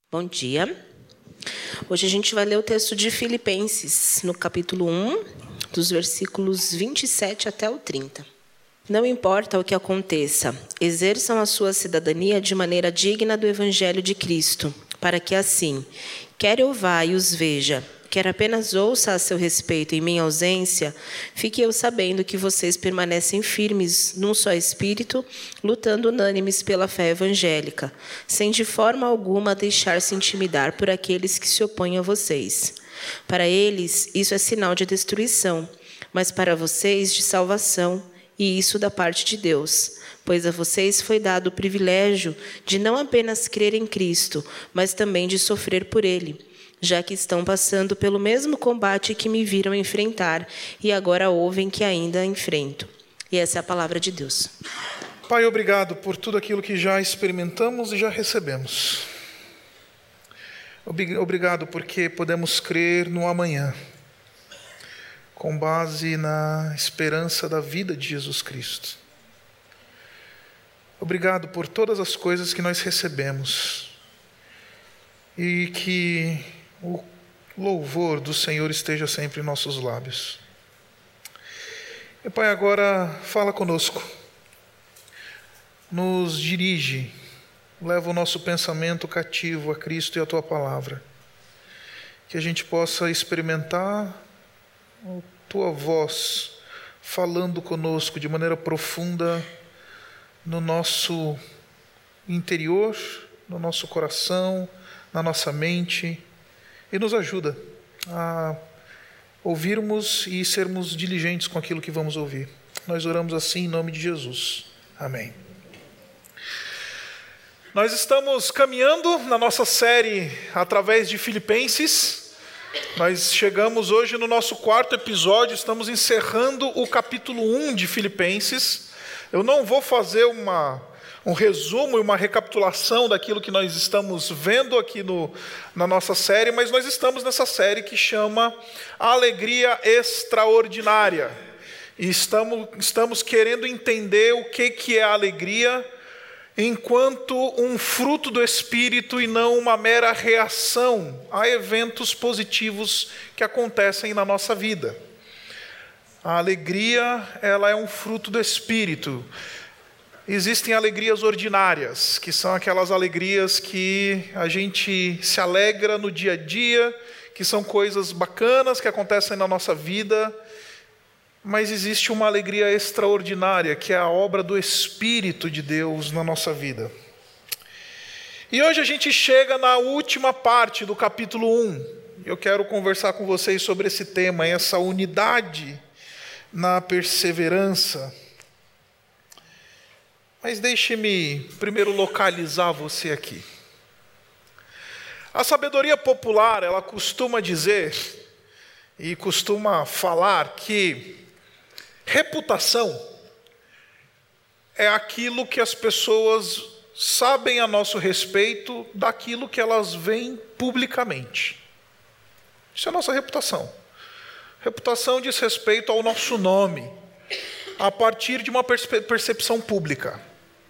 Bom dia. Hoje a gente vai ler o texto de Filipenses, no capítulo 1, dos versículos 27 até o 30. Não importa o que aconteça, exerçam a sua cidadania de maneira digna do Evangelho de Cristo, para que assim, quer eu vá e os veja, quer apenas ouça a seu respeito em minha ausência, fique eu sabendo que vocês permanecem firmes num só espírito, lutando unânimes pela fé evangélica, sem de forma alguma deixar-se intimidar por aqueles que se opõem a vocês. Para eles, isso é sinal de destruição, mas para vocês, de salvação, e isso da parte de Deus, pois a vocês foi dado o privilégio de não apenas crer em Cristo, mas também de sofrer por Ele, já que estão passando pelo mesmo combate que me viram enfrentar e agora ouvem que ainda enfrento. E essa é a palavra de Deus. Pai, obrigado por tudo aquilo que já experimentamos e já recebemos. Obrigado porque podemos crer no amanhã, com base na esperança da vida de Jesus Cristo. Obrigado por todas as coisas que nós recebemos e que o louvor do Senhor esteja sempre em nossos lábios. E Pai, agora fala conosco, nos dirige, leva o nosso pensamento cativo a Cristo e a Tua Palavra, que a gente possa experimentar a Tua voz falando conosco de maneira profunda no nosso interior, no nosso coração, na nossa mente, e nos ajuda a ouvirmos e sermos diligentes com aquilo que vamos ouvir. Nós oramos assim em nome de Jesus. Amém. Nós estamos caminhando na nossa série através de Filipenses. Nós chegamos hoje no nosso 4º episódio, estamos encerrando o capítulo 1 de Filipenses. Eu não vou fazer um resumo e uma recapitulação daquilo que nós estamos vendo aqui na nossa série, mas nós estamos nessa série que chama Alegria Extraordinária. E estamos querendo entender o que é a alegria enquanto um fruto do Espírito e não uma mera reação a eventos positivos que acontecem na nossa vida. A alegria, ela é um fruto do Espírito. Existem alegrias ordinárias, que são aquelas alegrias que a gente se alegra no dia a dia, que são coisas bacanas que acontecem na nossa vida, mas existe uma alegria extraordinária, que é a obra do Espírito de Deus na nossa vida. E hoje a gente chega na última parte do capítulo 1. Eu quero conversar com vocês sobre esse tema, essa unidade na perseverança. Mas deixe-me primeiro localizar você aqui. A sabedoria popular, ela costuma dizer e costuma falar que reputação é aquilo que as pessoas sabem a nosso respeito daquilo que elas veem publicamente. Isso é a nossa reputação. Reputação diz respeito ao nosso nome, a partir de uma percepção pública.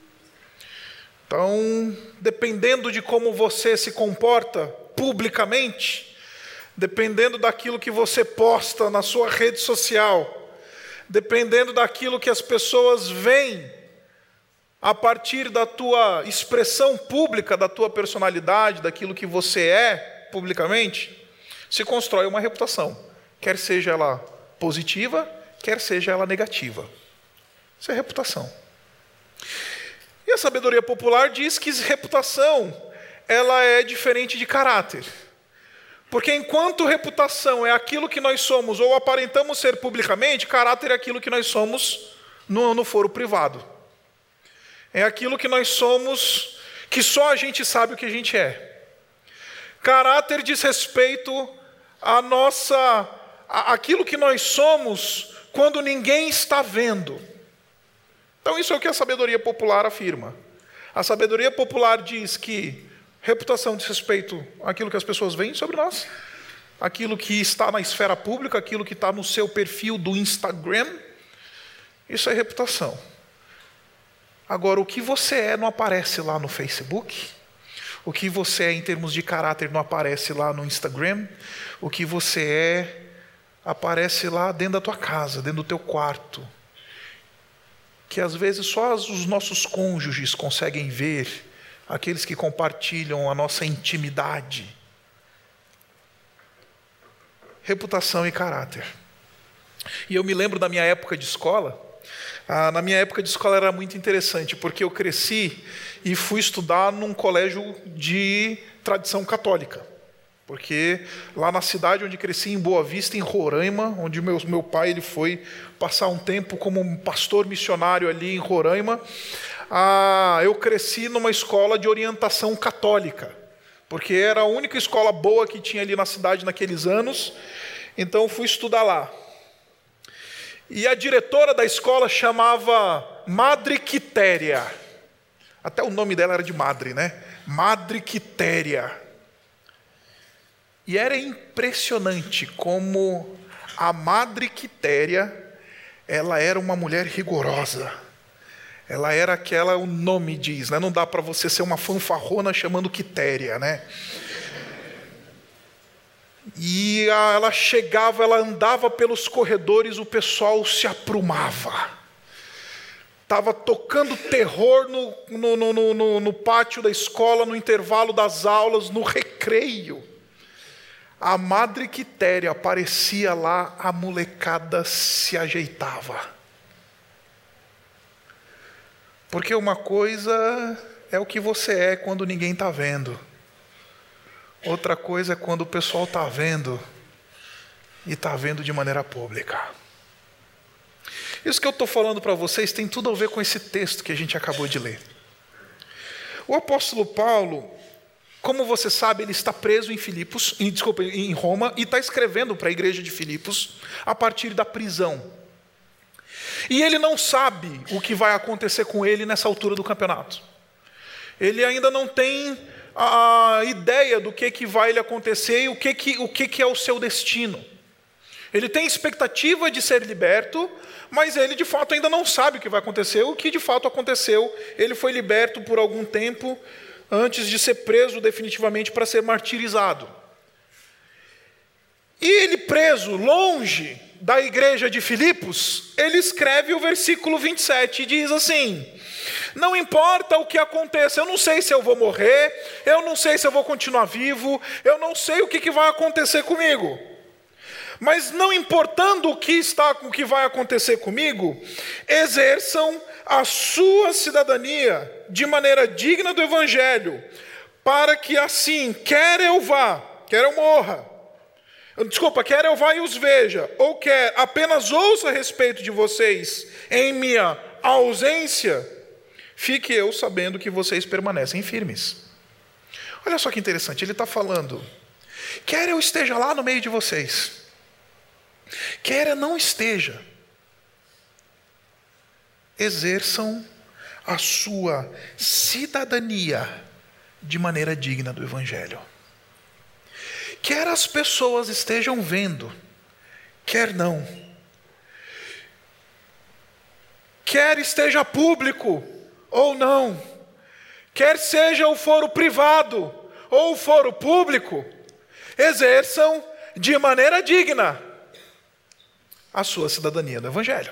Então, dependendo de como você se comporta publicamente, dependendo daquilo que você posta na sua rede social, dependendo daquilo que as pessoas veem a partir da tua expressão pública, da tua personalidade, daquilo que você é publicamente, se constrói uma reputação, quer seja ela positiva, quer seja ela negativa. Isso é reputação. E a sabedoria popular diz que reputação, ela é diferente de caráter. Porque enquanto reputação é aquilo que nós somos, ou aparentamos ser publicamente, caráter é aquilo que nós somos no foro privado. É aquilo que nós somos, que só a gente sabe o que a gente é. Caráter diz respeito àquilo que nós somos quando ninguém está vendo. Então isso é o que a sabedoria popular afirma. A sabedoria popular diz que reputação diz respeito àquilo que as pessoas veem sobre nós, aquilo que está na esfera pública, aquilo que está no seu perfil do Instagram. Isso é reputação. Agora, o que você é não aparece lá no Facebook, O que você é em termos de caráter não aparece lá no Instagram. O que você é aparece lá dentro da tua casa, dentro do teu quarto. Que às vezes só os nossos cônjuges conseguem ver, aqueles que compartilham a nossa intimidade. Reputação e caráter. E eu me lembro da minha época de escola. Na minha época de escola era muito interessante, porque eu cresci e fui estudar num colégio de tradição católica. Porque lá na cidade onde cresci, em Boa Vista, em Roraima, onde meu pai ele foi passar um tempo como um pastor missionário ali em Roraima, eu cresci numa escola de orientação católica, porque era a única escola boa que tinha ali na cidade naqueles anos, então eu fui estudar lá. E a diretora da escola chamava Madre Quitéria. Até o nome dela era de madre, né? Madre Quitéria. E era impressionante como a Madre Quitéria, ela era uma mulher rigorosa. Ela era aquela, o nome diz, né? Não dá para você ser uma fanfarrona chamando Quitéria, né? E ela chegava, ela andava pelos corredores, o pessoal se aprumava. Estava tocando terror no pátio da escola, no intervalo das aulas, no recreio. A Madre Quitéria aparecia lá, a molecada se ajeitava. Porque uma coisa é o que você é quando ninguém está vendo. Outra coisa é quando o pessoal está vendo e está vendo de maneira pública. Isso que eu estou falando para vocês tem tudo a ver com esse texto que a gente acabou de ler. O apóstolo Paulo, como você sabe, ele está preso em Roma, e está escrevendo para a igreja de Filipos a partir da prisão. E ele não sabe o que vai acontecer com ele nessa altura do campeonato. Ele ainda não tem a ideia do que vai lhe acontecer e o que é o seu destino. Ele tem expectativa de ser liberto, mas ele de fato ainda não sabe o que vai acontecer. O que de fato aconteceu, ele foi liberto por algum tempo antes de ser preso definitivamente para ser martirizado. E ele preso, longe da igreja de Filipos, ele escreve o versículo 27 e diz assim: não importa o que aconteça, eu não sei se eu vou morrer, eu não sei se eu vou continuar vivo, eu não sei o que vai acontecer comigo. Mas não importando o que vai acontecer comigo, exerçam a sua cidadania de maneira digna do Evangelho, para que assim, quer eu vá, quer eu morra, quer eu vá e os veja, ou quer apenas ouça a respeito de vocês em minha ausência, fique eu sabendo que vocês permanecem firmes. Olha só que interessante, ele está falando, quer eu esteja lá no meio de vocês, quer eu não esteja, exerçam a sua cidadania de maneira digna do Evangelho. Quer as pessoas estejam vendo, quer não. Quer esteja público ou não. Quer seja o foro privado ou o foro público, exerçam de maneira digna a sua cidadania do Evangelho.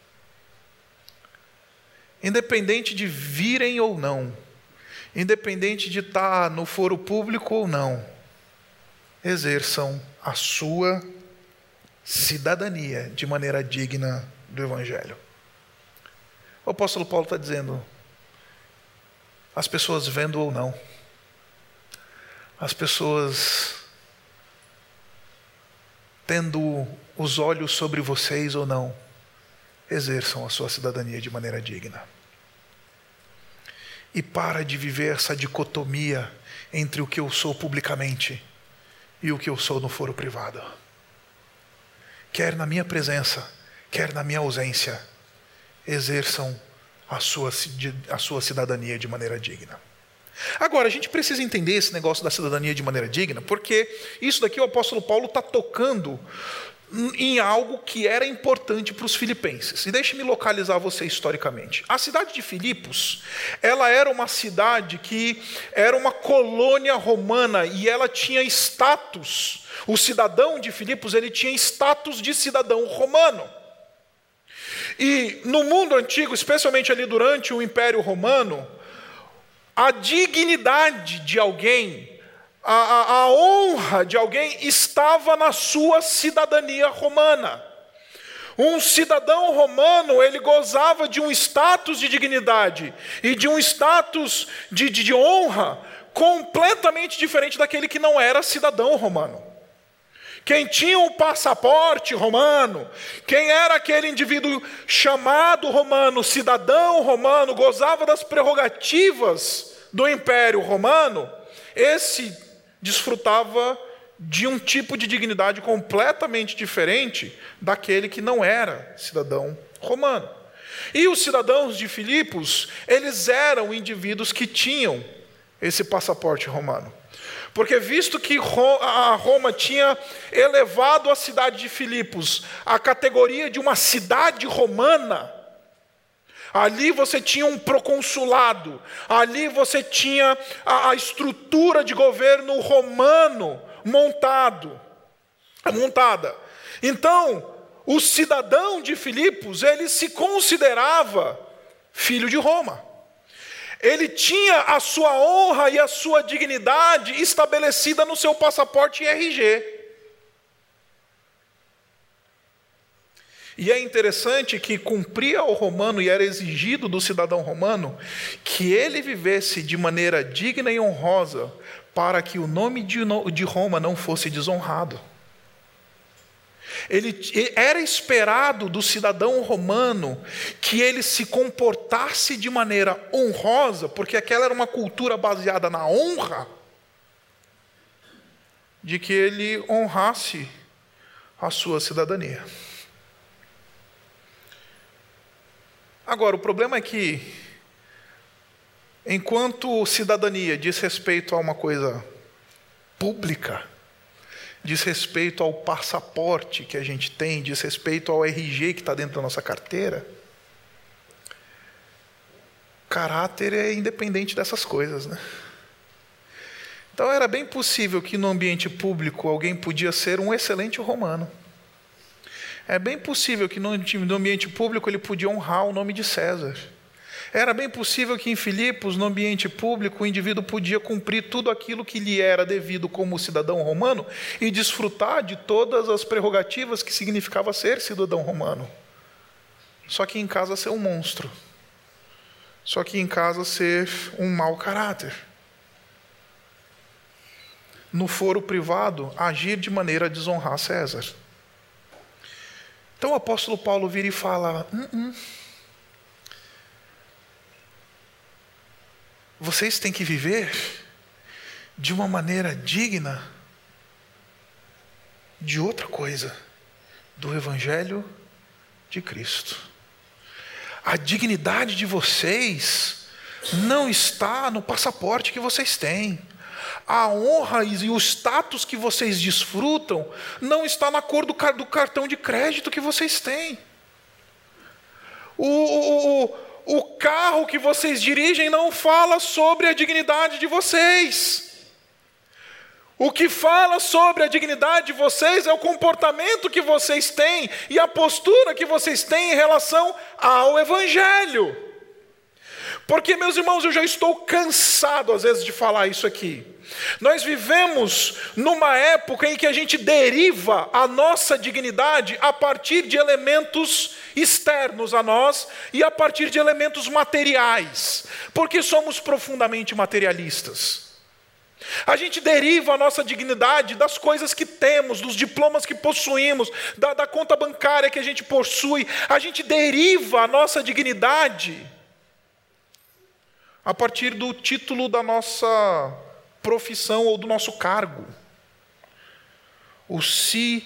Independente de virem ou não, independente de estar no foro público ou não, exerçam a sua cidadania de maneira digna do Evangelho. O apóstolo Paulo está dizendo, as pessoas vendo ou não, as pessoas tendo os olhos sobre vocês ou não, exerçam a sua cidadania de maneira digna. E para de viver essa dicotomia entre o que eu sou publicamente e o que eu sou no foro privado. Quer na minha presença, quer na minha ausência, exerçam a sua cidadania de maneira digna. Agora, a gente precisa entender esse negócio da cidadania de maneira digna, porque isso daqui o apóstolo Paulo está tocando em algo que era importante para os filipenses. E deixe-me localizar você historicamente. A cidade de Filipos, ela era uma cidade que era uma colônia romana e ela tinha status. O cidadão de Filipos, ele tinha status de cidadão romano. E no mundo antigo, especialmente ali durante o Império Romano, a dignidade de alguém, a honra de alguém estava na sua cidadania romana. Um cidadão romano, ele gozava de um status de dignidade e de um status de honra completamente diferente daquele que não era cidadão romano. Quem tinha o passaporte romano, quem era aquele indivíduo chamado romano, cidadão romano, gozava das prerrogativas do Império Romano, esse desfrutava de um tipo de dignidade completamente diferente daquele que não era cidadão romano. E os cidadãos de Filipos, eles eram indivíduos que tinham esse passaporte romano. Porque visto que Roma tinha elevado a cidade de Filipos à categoria de uma cidade romana, ali você tinha um proconsulado, ali você tinha a estrutura de governo romano montada. Então, o cidadão de Filipos, ele se considerava filho de Roma. Ele tinha a sua honra e a sua dignidade estabelecida no seu passaporte e RG. E é interessante que cumpria o romano e era exigido do cidadão romano que ele vivesse de maneira digna e honrosa para que o nome de Roma não fosse desonrado. Era esperado do cidadão romano que ele se comportasse de maneira honrosa, porque aquela era uma cultura baseada na honra, de que ele honrasse a sua cidadania. Agora, o problema é que, enquanto cidadania diz respeito a uma coisa pública, diz respeito ao passaporte que a gente tem, diz respeito ao RG que está dentro da nossa carteira, caráter é independente dessas coisas, né? Então era bem possível que no ambiente público alguém podia ser um excelente romano. É bem possível que no ambiente público ele podia honrar o nome de César. Era bem possível que em Filipos, no ambiente público, o indivíduo podia cumprir tudo aquilo que lhe era devido como cidadão romano e desfrutar de todas as prerrogativas que significava ser cidadão romano. Só que em casa ser um monstro. Só que em casa ser um mau caráter. No foro privado, agir de maneira a desonrar César. Então o apóstolo Paulo vira e fala: vocês têm que viver de uma maneira digna de outra coisa, do Evangelho de Cristo. A dignidade de vocês não está no passaporte que vocês têm. A honra e o status que vocês desfrutam não está na cor do cartão de crédito que vocês têm. O carro que vocês dirigem não fala sobre a dignidade de vocês. O que fala sobre a dignidade de vocês é o comportamento que vocês têm e a postura que vocês têm em relação ao Evangelho. Porque, meus irmãos, eu já estou cansado às vezes de falar isso aqui. Nós vivemos numa época em que a gente deriva a nossa dignidade a partir de elementos externos a nós e a partir de elementos materiais, porque somos profundamente materialistas. A gente deriva a nossa dignidade das coisas que temos, dos diplomas que possuímos, da conta bancária que a gente possui. A gente deriva a nossa dignidade a partir do título da nossa profissão ou do nosso cargo. O CEO.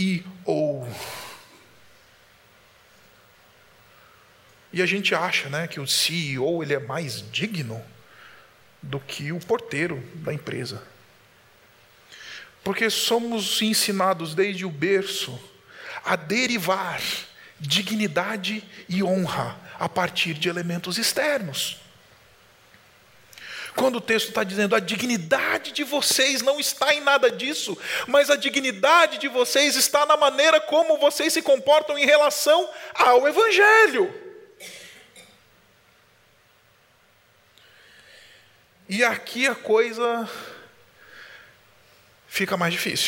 E a gente acha, né, que o CEO ele é mais digno do que o porteiro da empresa. Porque somos ensinados desde o berço a derivar dignidade e honra a partir de elementos externos. Quando o texto está dizendo a dignidade de vocês não está em nada disso, mas a dignidade de vocês está na maneira como vocês se comportam em relação ao Evangelho. E aqui a coisa fica mais difícil.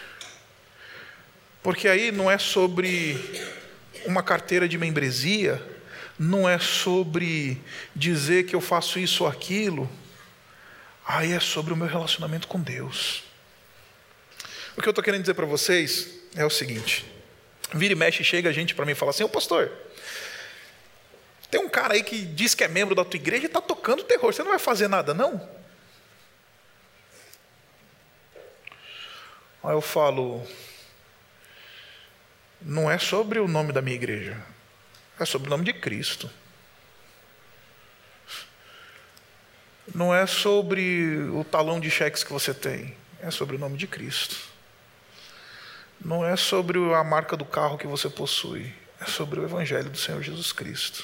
Porque aí não é sobre uma carteira de membresia, não é sobre dizer que eu faço isso ou aquilo. Aí é sobre o meu relacionamento com Deus. O que eu estou querendo dizer para vocês é o seguinte. Vira e mexe, chega a gente para mim e fala assim: ô pastor, tem um cara aí que diz que é membro da tua igreja e está tocando terror. Você não vai fazer nada, não? Aí eu falo: não é sobre o nome da minha igreja. É sobre o nome de Cristo. Não é sobre o talão de cheques que você tem. É sobre o nome de Cristo. Não é sobre a marca do carro que você possui. É sobre o Evangelho do Senhor Jesus Cristo.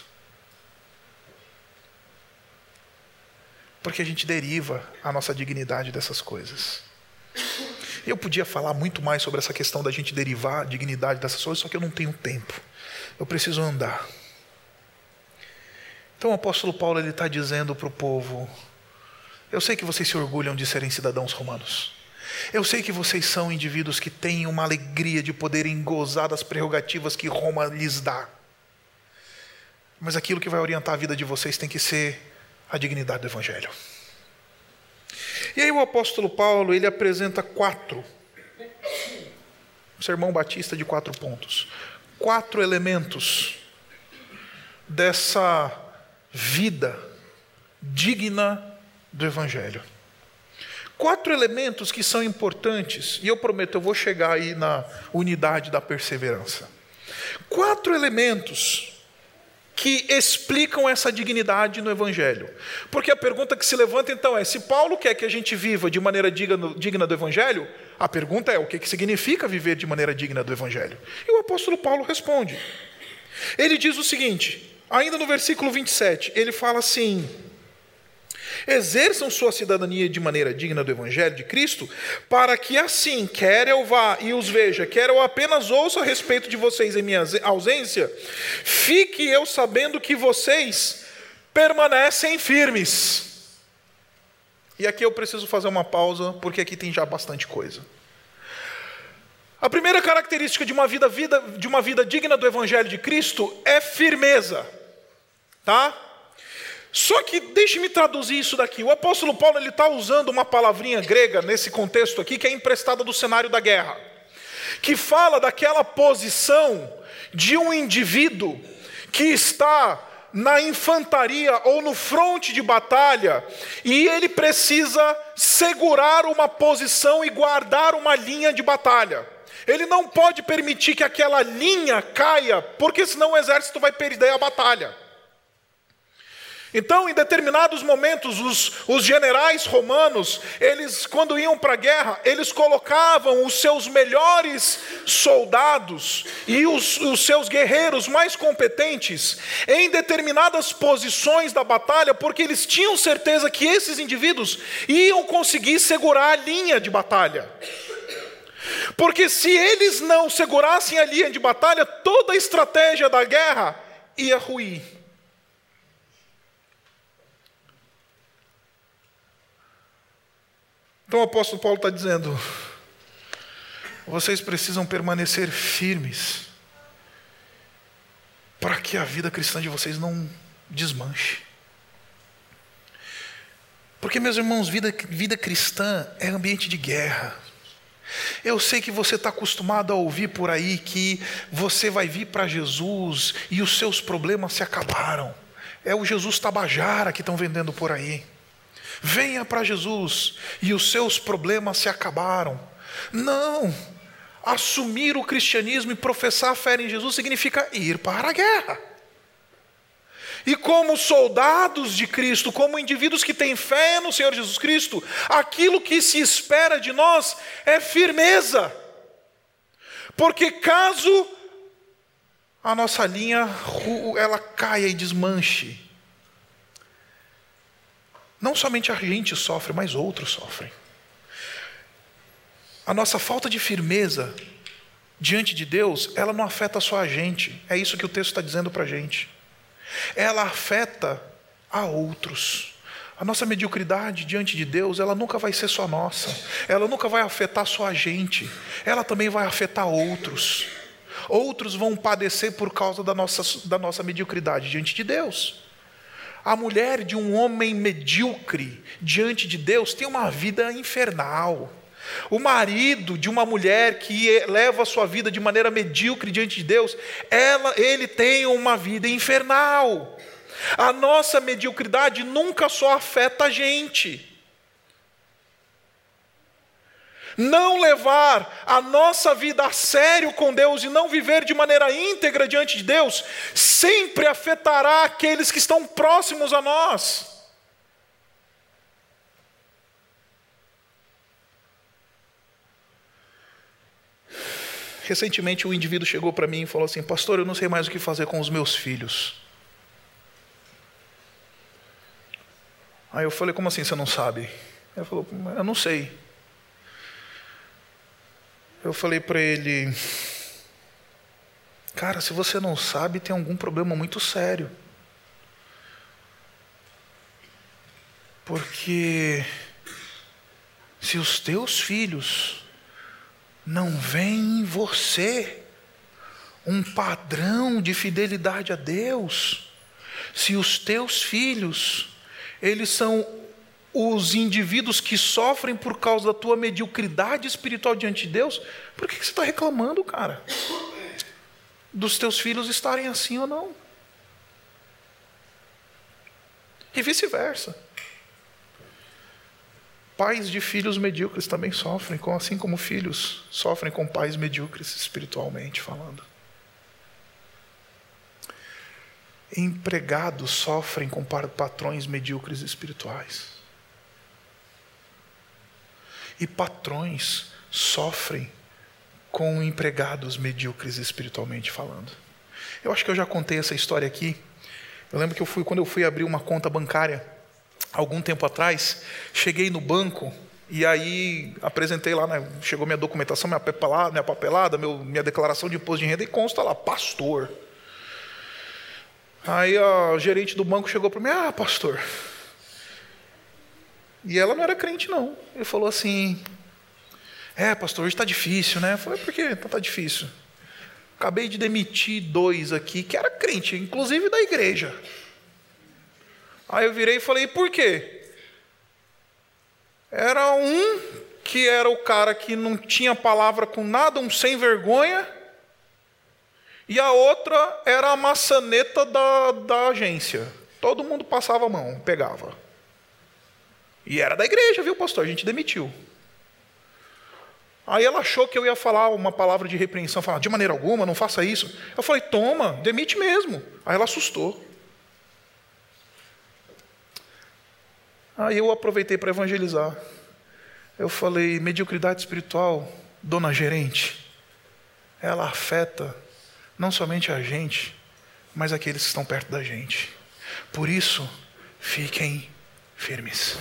Porque a gente deriva a nossa dignidade dessas coisas. Eu podia falar muito mais sobre essa questão da gente derivar a dignidade dessas coisas, só que eu não tenho tempo. Eu preciso andar. Então o apóstolo Paulo está dizendo para o povo: eu sei que vocês se orgulham de serem cidadãos romanos. Eu sei que vocês são indivíduos que têm uma alegria de poderem gozar das prerrogativas que Roma lhes dá. Mas aquilo que vai orientar a vida de vocês tem que ser a dignidade do Evangelho. E aí o apóstolo Paulo, ele apresenta um sermão batista de 4 pontos. 4 elementos dessa vida digna do Evangelho. 4 elementos que são importantes, e eu prometo, eu vou chegar aí na unidade da perseverança. 4 elementos que explicam essa dignidade no Evangelho. Porque a pergunta que se levanta então é: se Paulo quer que a gente viva de maneira digna do Evangelho, a pergunta é: o que significa viver de maneira digna do Evangelho? E o apóstolo Paulo responde. Ele diz o seguinte, ainda no versículo 27, ele fala assim: exerçam sua cidadania de maneira digna do Evangelho de Cristo, para que assim, quer eu vá e os veja, quer eu apenas ouça a respeito de vocês em minha ausência, fique eu sabendo que vocês permanecem firmes. E aqui eu preciso fazer uma pausa, porque aqui tem já bastante coisa. A primeira característica de uma vida digna do Evangelho de Cristo é firmeza. Tá? Só que deixe-me traduzir isso daqui. O apóstolo Paulo está usando uma palavrinha grega nesse contexto aqui, que é emprestada do cenário da guerra, que fala daquela posição de um indivíduo que está na infantaria ou no fronte de batalha, e ele precisa segurar uma posição e guardar uma linha de batalha. Ele não pode permitir que aquela linha caia, porque senão o exército vai perder a batalha. Então, em determinados momentos, os generais romanos, eles, quando iam para a guerra, eles colocavam os seus melhores soldados e os seus guerreiros mais competentes em determinadas posições da batalha, porque eles tinham certeza que esses indivíduos iam conseguir segurar a linha de batalha. Porque se eles não segurassem a linha de batalha, toda a estratégia da guerra ia ruir. Então o apóstolo Paulo está dizendo: vocês precisam permanecer firmes para que a vida cristã de vocês não desmanche. Porque, meus irmãos, vida cristã é ambiente de guerra. Eu sei que você está acostumado a ouvir por aí que você vai vir para Jesus e os seus problemas se acabaram. É o Jesus Tabajara que estão vendendo por aí. Venha para Jesus e os seus problemas se acabaram. Não, assumir o cristianismo e professar a fé em Jesus significa ir para a guerra. E como soldados de Cristo, como indivíduos que têm fé no Senhor Jesus Cristo, aquilo que se espera de nós é firmeza. Porque caso a nossa linha ela caia e desmanche. Não somente a gente sofre, mas outros sofrem. A nossa falta de firmeza diante de Deus, ela não afeta só a gente. É isso que o texto está dizendo para a gente. Ela afeta a outros. A nossa mediocridade diante de Deus, ela nunca vai ser só nossa. Ela nunca vai afetar só a gente. Ela também vai afetar outros. Outros vão padecer por causa da nossa mediocridade diante de Deus. A mulher de um homem medíocre diante de Deus tem uma vida infernal. O marido de uma mulher que leva a sua vida de maneira medíocre diante de Deus, ele tem uma vida infernal. A nossa mediocridade nunca só afeta a gente. Não levar a nossa vida a sério com Deus e não viver de maneira íntegra diante de Deus, sempre afetará aqueles que estão próximos a nós. Recentemente um indivíduo chegou para mim e falou assim: pastor, eu não sei mais o que fazer com os meus filhos. Aí eu falei: como assim você não sabe? Ele falou: eu não sei. Eu falei para ele: cara, se você não sabe, tem algum problema muito sério. Porque se os teus filhos não veem em você um padrão de fidelidade a Deus, se os teus filhos, eles são os indivíduos que sofrem por causa da tua mediocridade espiritual diante de Deus, por que você está reclamando, cara? Dos teus filhos estarem assim ou não? E vice-versa. Pais de filhos medíocres também sofrem, assim como filhos sofrem com pais medíocres espiritualmente falando. Empregados sofrem com patrões medíocres espirituais. E patrões sofrem com empregados medíocres espiritualmente falando. Eu acho que eu já contei essa história aqui. Eu lembro que quando eu fui abrir uma conta bancária, algum tempo atrás, cheguei no banco e aí apresentei lá, né, chegou minha documentação, minha papelada, minha declaração de imposto de renda e consta lá, pastor. Aí a gerente do banco chegou para mim: pastor. E ela não era crente, não. Ele falou assim: pastor, hoje está difícil, né? Eu falei: por que está difícil? Acabei de demitir 2 aqui, que era crente, inclusive da igreja. Aí eu virei e falei: por quê? Era um que era o cara que não tinha palavra com nada, um sem vergonha, e a outra era a maçaneta da agência. Todo mundo passava a mão, pegava. E era da igreja, viu, pastor? A gente demitiu. Aí ela achou que eu ia falar uma palavra de repreensão, falar: de maneira alguma, não faça isso. Eu falei: toma, demite mesmo. Aí ela assustou. Aí eu aproveitei para evangelizar. Eu falei: mediocridade espiritual, dona gerente, ela afeta não somente a gente, mas aqueles que estão perto da gente. Por isso, fiquem firmes.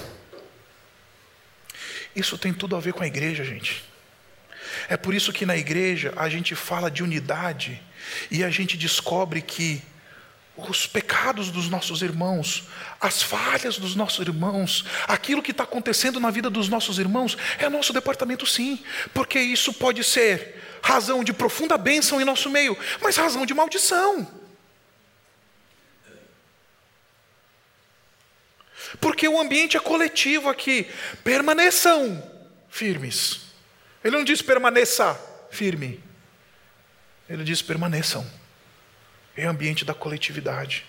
Isso tem tudo a ver com a igreja, gente. É por isso que na igreja a gente fala de unidade e a gente descobre que os pecados dos nossos irmãos, as falhas dos nossos irmãos, aquilo que está acontecendo na vida dos nossos irmãos, é nosso departamento, sim, porque isso pode ser razão de profunda bênção em nosso meio, mas razão de maldição. Porque o ambiente é coletivo aqui. Permaneçam firmes. Ele não diz permaneça firme. Ele diz permaneçam. É o ambiente da coletividade.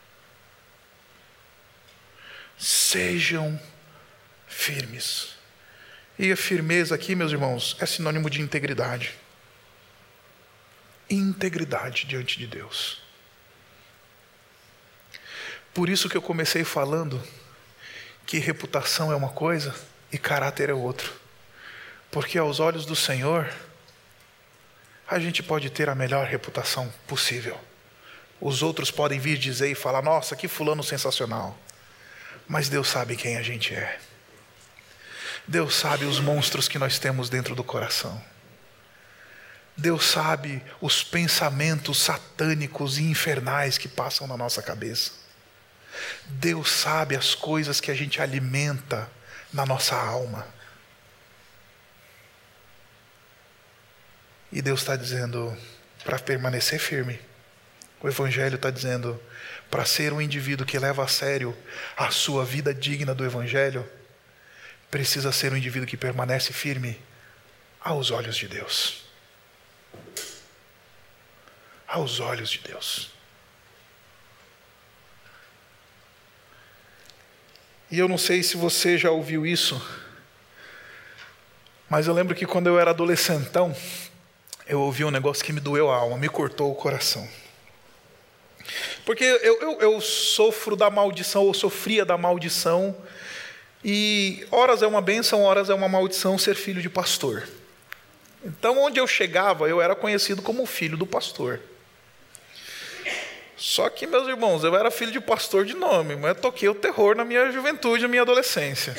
Sejam firmes. E a firmeza aqui, meus irmãos, é sinônimo de integridade. Integridade diante de Deus. Por isso que eu comecei falando que reputação é uma coisa e caráter é outra. Porque aos olhos do Senhor, a gente pode ter a melhor reputação possível. Os outros podem vir dizer e falar: nossa, que fulano sensacional. Mas Deus sabe quem a gente é. Deus sabe os monstros que nós temos dentro do coração. Deus sabe os pensamentos satânicos e infernais que passam na nossa cabeça. Deus sabe as coisas que a gente alimenta na nossa alma. E Deus está dizendo para permanecer firme. O Evangelho está dizendo para ser um indivíduo que leva a sério a sua vida digna do Evangelho, precisa ser um indivíduo que permanece firme aos olhos de Deus. Aos olhos de Deus. E eu não sei se você já ouviu isso, mas eu lembro que quando eu era adolescentão, eu ouvi um negócio que me doeu a alma, me cortou o coração. Porque eu sofro da maldição, ou sofria da maldição, e horas é uma bênção, horas é uma maldição ser filho de pastor. Então, onde eu chegava, eu era conhecido como o filho do pastor. Só que, meus irmãos, eu era filho de pastor de nome, mas eu toquei o terror na minha juventude, na minha adolescência.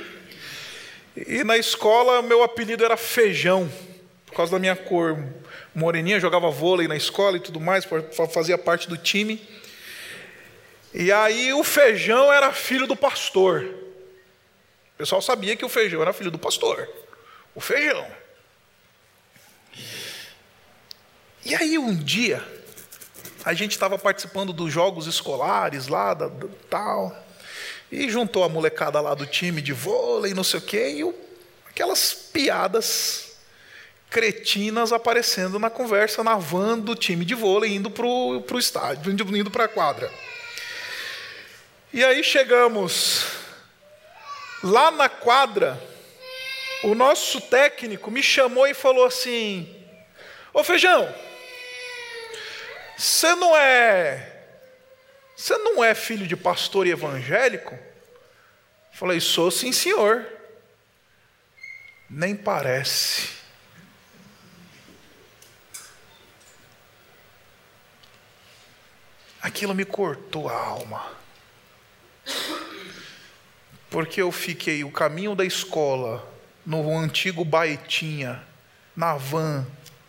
E na escola, meu apelido era Feijão, por causa da minha cor moreninha, jogava vôlei na escola e tudo mais, fazia parte do time. E aí o Feijão era filho do pastor. O pessoal sabia que o Feijão era filho do pastor. O Feijão. E aí um dia, a gente estava participando dos jogos escolares lá, tal, e juntou a molecada lá do time de vôlei, não sei o quê, e aquelas piadas cretinas aparecendo na conversa, na van do time de vôlei, indo para o estádio, indo para a quadra. E aí chegamos lá na quadra, o nosso técnico me chamou e falou assim: ô Feijão, você não é filho de pastor e evangélico? Eu falei: sou sim, senhor. Nem parece. Aquilo me cortou a alma. Porque eu fiquei o caminho da escola, no antigo Baetinha, na van,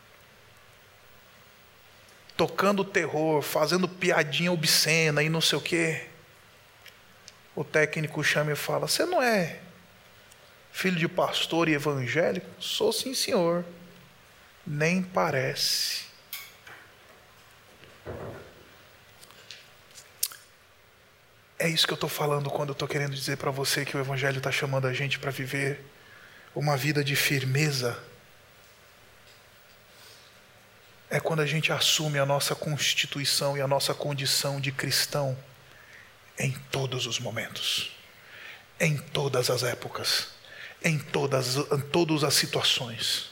tocando terror, fazendo piadinha obscena e não sei o quê. O técnico chama e fala: você não é filho de pastor e evangélico? Sou sim, senhor. Nem parece. É isso que eu estou falando quando eu estou querendo dizer para você que o Evangelho está chamando a gente para viver uma vida de firmeza. É quando a gente assume a nossa constituição e a nossa condição de cristão em todos os momentos, em todas as épocas, em todas as situações.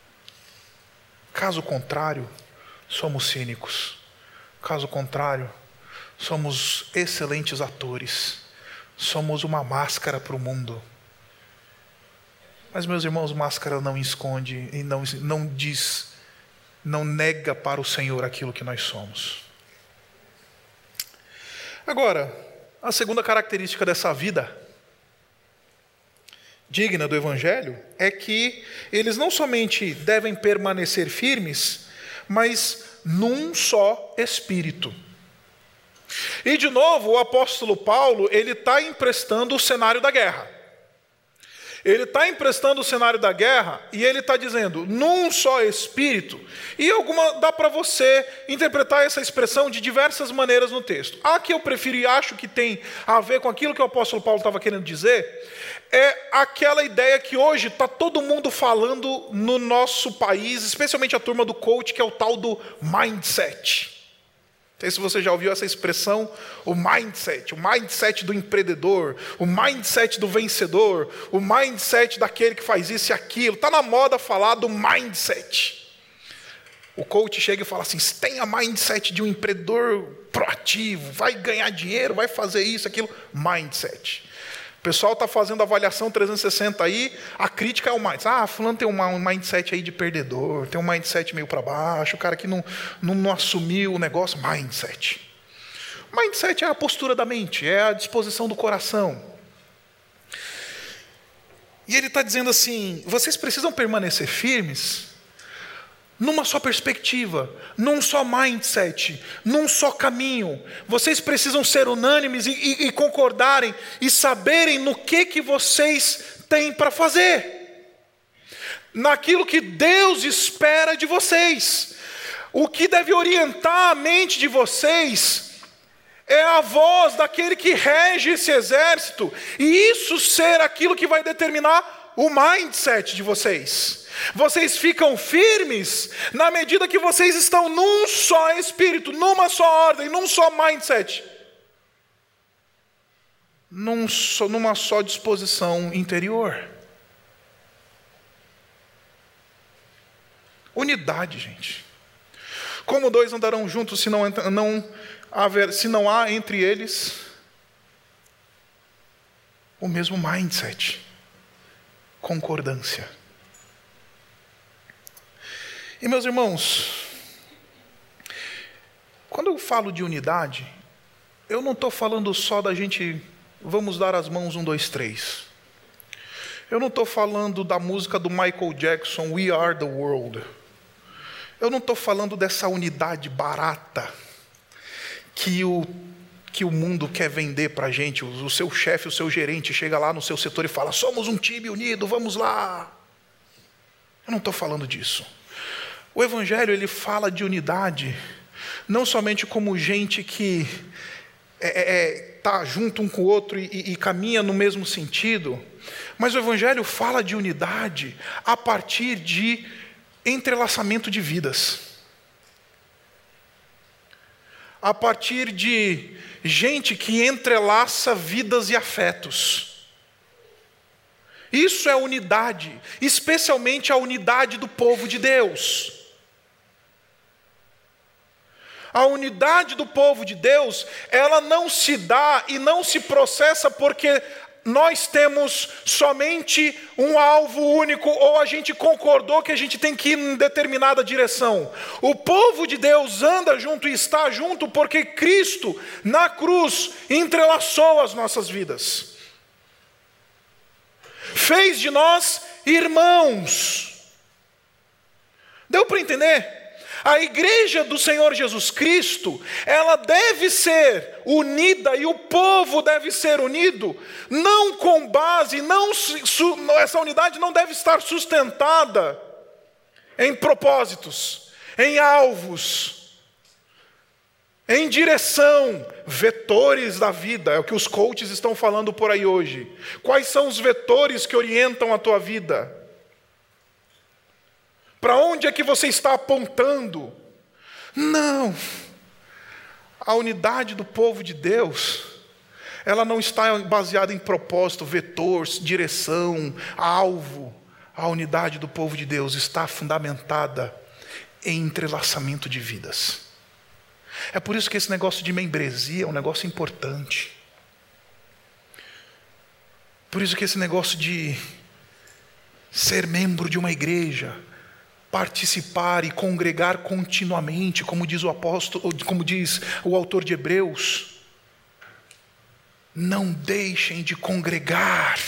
Caso contrário, somos cínicos. Caso contrário, somos excelentes atores. Somos uma máscara para o mundo. Mas, meus irmãos, máscara não esconde e não diz, não nega para o Senhor aquilo que nós somos. Agora, a segunda característica dessa vida digna do Evangelho é que eles não somente devem permanecer firmes, mas num só espírito. E de novo, o apóstolo Paulo, ele está emprestando o cenário da guerra. Ele está emprestando o cenário da guerra e ele está dizendo, num só espírito. E dá para você interpretar essa expressão de diversas maneiras no texto. A que eu prefiro e acho que tem a ver com aquilo que o apóstolo Paulo estava querendo dizer, é aquela ideia que hoje está todo mundo falando no nosso país, especialmente a turma do coach, que é o tal do mindset. Não sei se você já ouviu essa expressão, o mindset do empreendedor, o mindset do vencedor, o mindset daquele que faz isso e aquilo. Está na moda falar do mindset. O coach chega e fala assim, tem a mindset de um empreendedor proativo, vai ganhar dinheiro, vai fazer isso, aquilo. Mindset. O pessoal está fazendo avaliação 360 aí, a crítica é o mais. Fulano tem um mindset aí de perdedor, tem um mindset meio para baixo, o cara que não assumiu o negócio. Mindset. Mindset é a postura da mente, é a disposição do coração. E ele está dizendo assim, vocês precisam permanecer firmes numa só perspectiva, num só mindset, num só caminho. Vocês precisam ser unânimes e concordarem e saberem no que vocês têm para fazer. Naquilo que Deus espera de vocês. O que deve orientar a mente de vocês é a voz daquele que rege esse exército. E isso ser aquilo que vai determinar o mindset de vocês. Vocês ficam firmes na medida que vocês estão num só espírito, numa só ordem, num só mindset. Numa só disposição interior. Unidade, gente. Como dois andarão juntos se não há entre eles o mesmo mindset? Concordância. E meus irmãos, quando eu falo de unidade, eu não estou falando só da gente, vamos dar as mãos, 1, 2, 3. Eu não estou falando da música do Michael Jackson, We Are the World. Eu não estou falando dessa unidade barata que o mundo quer vender para a gente. O seu chefe, o seu gerente chega lá no seu setor e fala, somos um time unido, vamos lá. Eu não estou falando disso. O Evangelho, ele fala de unidade, não somente como gente que está junto um com o outro e caminha no mesmo sentido, mas o Evangelho fala de unidade a partir de entrelaçamento de vidas. A partir de gente que entrelaça vidas e afetos. Isso é unidade, especialmente a unidade do povo de Deus. A unidade do povo de Deus, ela não se dá e não se processa porque nós temos somente um alvo único ou a gente concordou que a gente tem que ir em determinada direção. O povo de Deus anda junto e está junto porque Cristo, na cruz, entrelaçou as nossas vidas. Fez de nós irmãos. Deu para entender? A igreja do Senhor Jesus Cristo, ela deve ser unida e o povo deve ser unido, não com base, essa unidade não deve estar sustentada em propósitos, em alvos, em direção, vetores da vida, é o que os coaches estão falando por aí hoje. Quais são os vetores que orientam a tua vida? Para onde é que você está apontando? Não. A unidade do povo de Deus, ela não está baseada em propósito, vetor, direção, alvo. A unidade do povo de Deus está fundamentada em entrelaçamento de vidas. É por isso que esse negócio de membresia é um negócio importante. Por isso que esse negócio de ser membro de uma igreja, participar e congregar continuamente, como diz o apóstolo, como diz o autor de Hebreus, não deixem de congregar,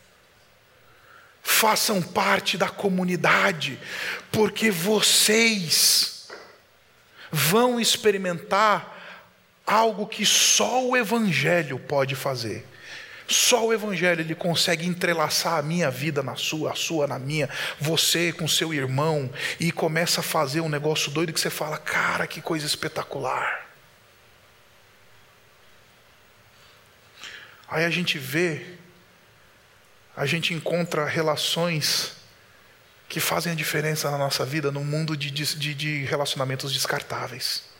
façam parte da comunidade, porque vocês vão experimentar algo que só o Evangelho pode fazer. Só o Evangelho ele consegue entrelaçar a minha vida na sua, a sua na minha, você com seu irmão, e começa a fazer um negócio doido que você fala, cara, que coisa espetacular. Aí a gente encontra relações que fazem a diferença na nossa vida, num mundo de relacionamentos descartáveis.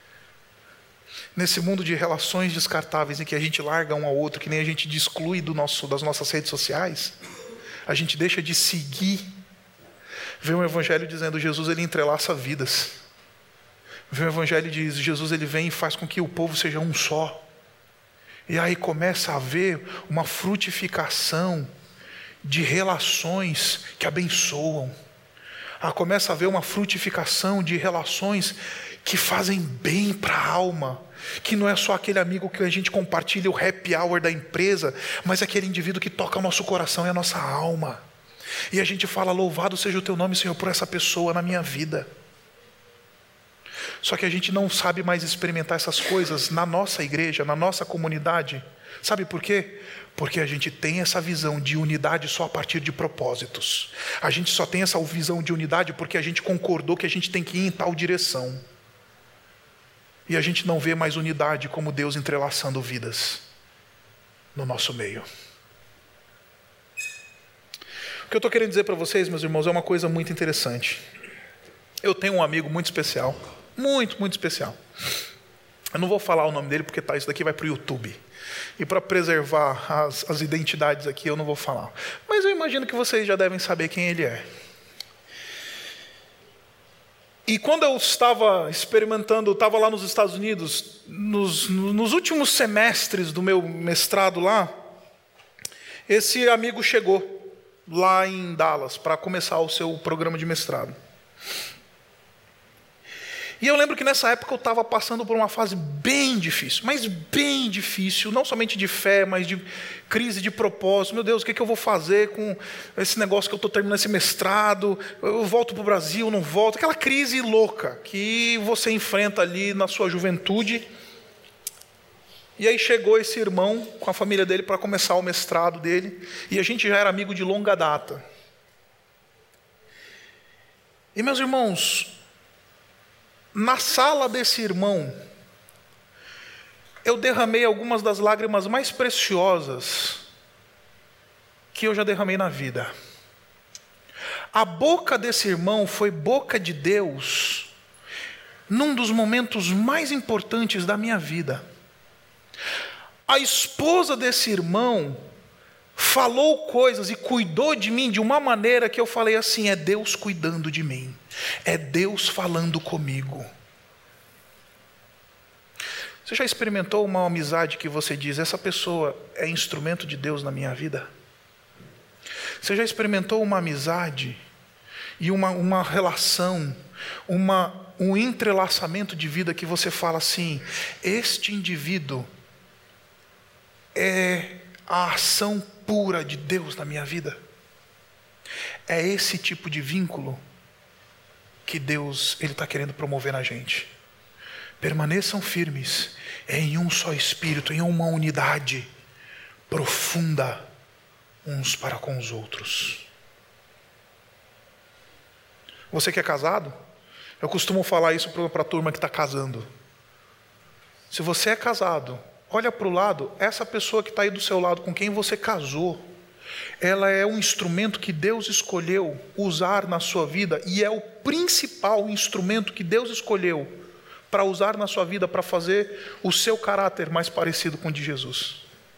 Nesse mundo de relações descartáveis em que a gente larga um ao outro, que nem a gente exclui das nossas redes sociais, a gente deixa de seguir. Vê um evangelho dizendo Jesus ele entrelaça vidas. Vê um evangelho diz Jesus ele vem e faz com que o povo seja um só. E aí começa a haver uma frutificação de relações que abençoam. Começa a haver uma frutificação de relações que fazem bem para a alma. Que não é só aquele amigo que a gente compartilha o happy hour da empresa, mas aquele indivíduo que toca o nosso coração e a nossa alma. E a gente fala, louvado seja o teu nome, Senhor, por essa pessoa na minha vida. Só que a gente não sabe mais experimentar essas coisas na nossa igreja, na nossa comunidade. Sabe por quê? Porque a gente tem essa visão de unidade só a partir de propósitos. A gente só tem essa visão de unidade porque a gente concordou que a gente tem que ir em tal direção. E a gente não vê mais unidade como Deus entrelaçando vidas no nosso meio. O que eu estou querendo dizer para vocês, meus irmãos, é uma coisa muito interessante. Eu tenho um amigo muito especial, muito, muito especial. Eu não vou falar o nome dele porque isso daqui vai para o YouTube. E para preservar as identidades aqui, eu não vou falar. Mas eu imagino que vocês já devem saber quem ele é. E quando eu estava experimentando, eu estava lá nos Estados Unidos, nos últimos semestres do meu mestrado lá, esse amigo chegou lá em Dallas para começar o seu programa de mestrado. E eu lembro que nessa época eu estava passando por uma fase bem difícil, mas bem difícil, não somente de fé, mas de crise de propósito. Meu Deus, o que eu vou fazer com esse negócio que eu estou terminando esse mestrado? Eu volto para o Brasil, não volto? Aquela crise louca que você enfrenta ali na sua juventude. E aí chegou esse irmão com a família dele para começar o mestrado dele, e a gente já era amigo de longa data. E meus irmãos, na sala desse irmão, eu derramei algumas das lágrimas mais preciosas que eu já derramei na vida. A boca desse irmão foi boca de Deus num dos momentos mais importantes da minha vida. A esposa desse irmão falou coisas e cuidou de mim de uma maneira que eu falei assim, é Deus cuidando de mim, é Deus falando comigo. Você já experimentou uma amizade que você diz, essa pessoa é instrumento de Deus na minha vida? Você já experimentou uma amizade e uma relação, um entrelaçamento de vida que você fala assim, este indivíduo é a ação pura de Deus na minha vida? É esse tipo de vínculo que Deus está querendo promover na gente. Permaneçam firmes em um só espírito, em uma unidade profunda uns para com os outros. Você que é casado, eu costumo falar isso para a turma que está casando. Se você é casado, olha para o lado, essa pessoa que está aí do seu lado, com quem você casou, ela é um instrumento que Deus escolheu usar na sua vida, e é o principal instrumento que Deus escolheu para usar na sua vida, para fazer o seu caráter mais parecido com o de Jesus.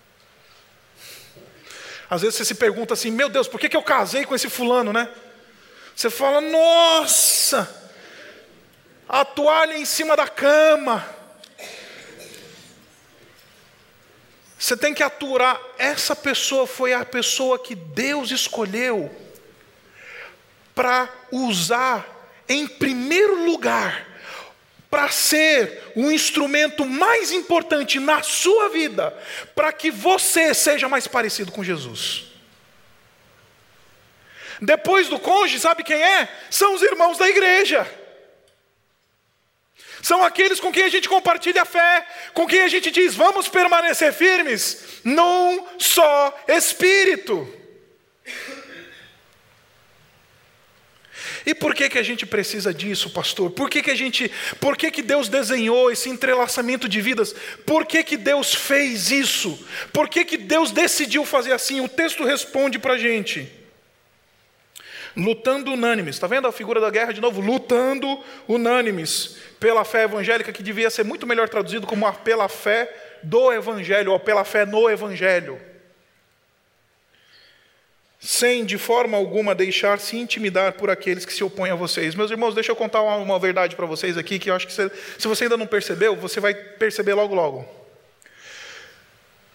Às vezes você se pergunta assim, meu Deus, por que eu casei com esse fulano, né? Você fala, nossa, a toalha em cima da cama. Você tem que aturar, essa pessoa foi a pessoa que Deus escolheu para usar em primeiro lugar, para ser um instrumento mais importante na sua vida, para que você seja mais parecido com Jesus. Depois do cônjuge, sabe quem é? São os irmãos da igreja. São aqueles com quem a gente compartilha a fé, com quem a gente diz, vamos permanecer firmes num só Espírito. E por que a gente precisa disso, pastor? Por que Deus desenhou esse entrelaçamento de vidas? Por que Deus fez isso? Por que Deus decidiu fazer assim? O texto responde para a gente. Lutando unânimes, está vendo a figura da guerra de novo? Lutando unânimes pela fé evangélica, que devia ser muito melhor traduzido como pela fé do Evangelho, ou pela fé no Evangelho. Sem de forma alguma deixar-se intimidar por aqueles que se opõem a vocês. Meus irmãos, deixa eu contar uma verdade para vocês aqui, que eu acho que se você ainda não percebeu, você vai perceber logo logo.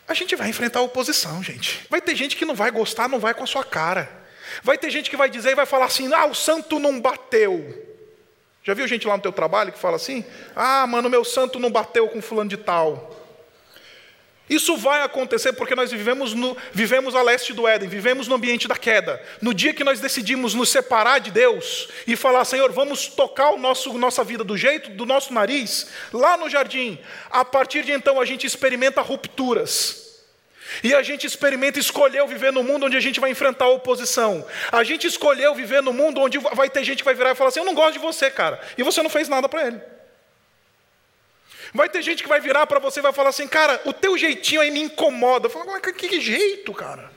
A gente vai enfrentar a oposição, gente. Vai ter gente que não vai gostar, não vai com a sua cara. Vai ter gente que vai dizer e vai falar assim, o santo não bateu. Já viu gente lá no teu trabalho que fala assim? Mano, meu santo não bateu com fulano de tal. Isso vai acontecer porque nós vivemos a leste do Éden, vivemos no ambiente da queda. No dia que nós decidimos nos separar de Deus e falar, Senhor, vamos tocar nossa vida do jeito do nosso nariz, lá no jardim, a partir de então a gente experimenta rupturas. E a gente escolheu viver no mundo onde a gente vai enfrentar a oposição. A gente escolheu viver no mundo onde vai ter gente que vai virar e falar assim, eu não gosto de você, cara. E você não fez nada para ele. Vai ter gente que vai virar para você e vai falar assim, cara, o teu jeitinho aí me incomoda. Eu falo, mas que jeito, cara?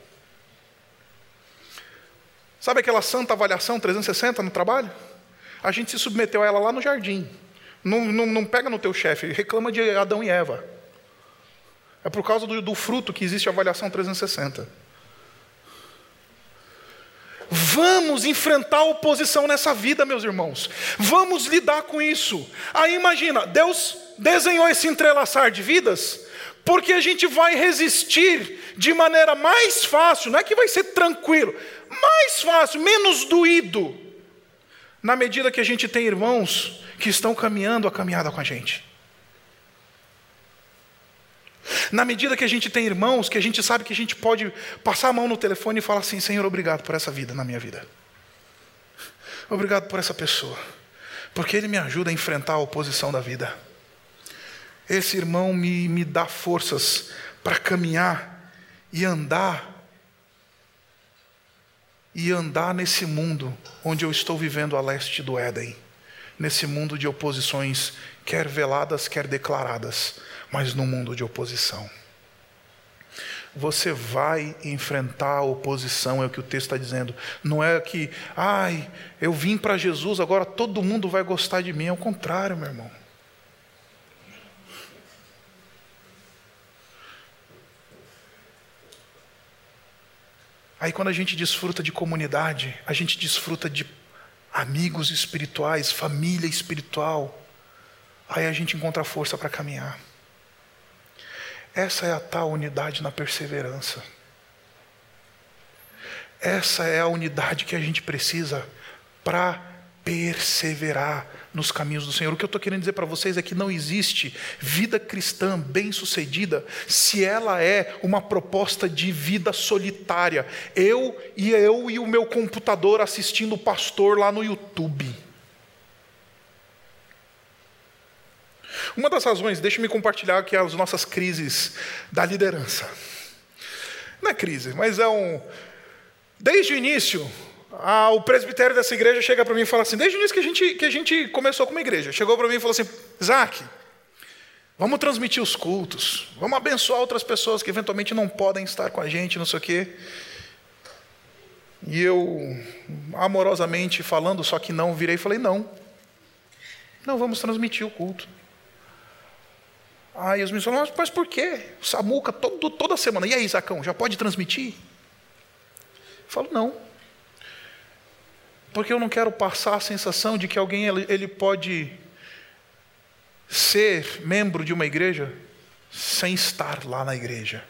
Sabe aquela santa avaliação 360 no trabalho? A gente se submeteu a ela lá no jardim. Não pega no teu chefe, reclama de Adão e Eva. É por causa do fruto que existe a avaliação 360. Vamos enfrentar a oposição nessa vida, meus irmãos. Vamos lidar com isso. Aí imagina, Deus desenhou esse entrelaçar de vidas, porque a gente vai resistir de maneira mais fácil, não é que vai ser tranquilo, mais fácil, menos doído, na medida que a gente tem irmãos que estão caminhando a caminhada com a gente. Na medida que a gente tem irmãos, que a gente sabe que a gente pode passar a mão no telefone e falar assim, Senhor, obrigado por essa vida na minha vida. Obrigado por essa pessoa, porque ele me ajuda a enfrentar a oposição da vida. Esse irmão me dá forças para caminhar e andar nesse mundo onde eu estou vivendo a leste do Éden. Nesse mundo de oposições, quer veladas, quer declaradas, mas no mundo de oposição. Você vai enfrentar a oposição, é o que o texto está dizendo. Não é que, eu vim para Jesus, agora todo mundo vai gostar de mim. É o contrário, meu irmão. Aí quando a gente desfruta de comunidade, a gente desfruta de amigos espirituais, família espiritual, aí a gente encontra força para caminhar. Essa é a tal unidade na perseverança. Essa é a unidade que a gente precisa para perseverar nos caminhos do Senhor. O que eu estou querendo dizer para vocês é que não existe vida cristã bem-sucedida se ela é uma proposta de vida solitária. Eu e o meu computador assistindo o pastor lá no YouTube. Uma das razões, deixe-me compartilhar aqui as nossas crises da liderança. Não é crise, mas desde o início, o presbitério dessa igreja chega para mim e fala assim, desde o início que a gente começou com uma igreja, chegou para mim e falou assim, Isaac, vamos transmitir os cultos, vamos abençoar outras pessoas que eventualmente não podem estar com a gente, não sei o quê. E eu, amorosamente falando, só que não, virei e falei, não vamos transmitir o culto. Aí os meninos falaram, mas por quê? Samuca toda semana. E aí, Isacão, já pode transmitir? Eu falo, não. Porque eu não quero passar a sensação de que alguém ele pode ser membro de uma igreja sem estar lá na igreja.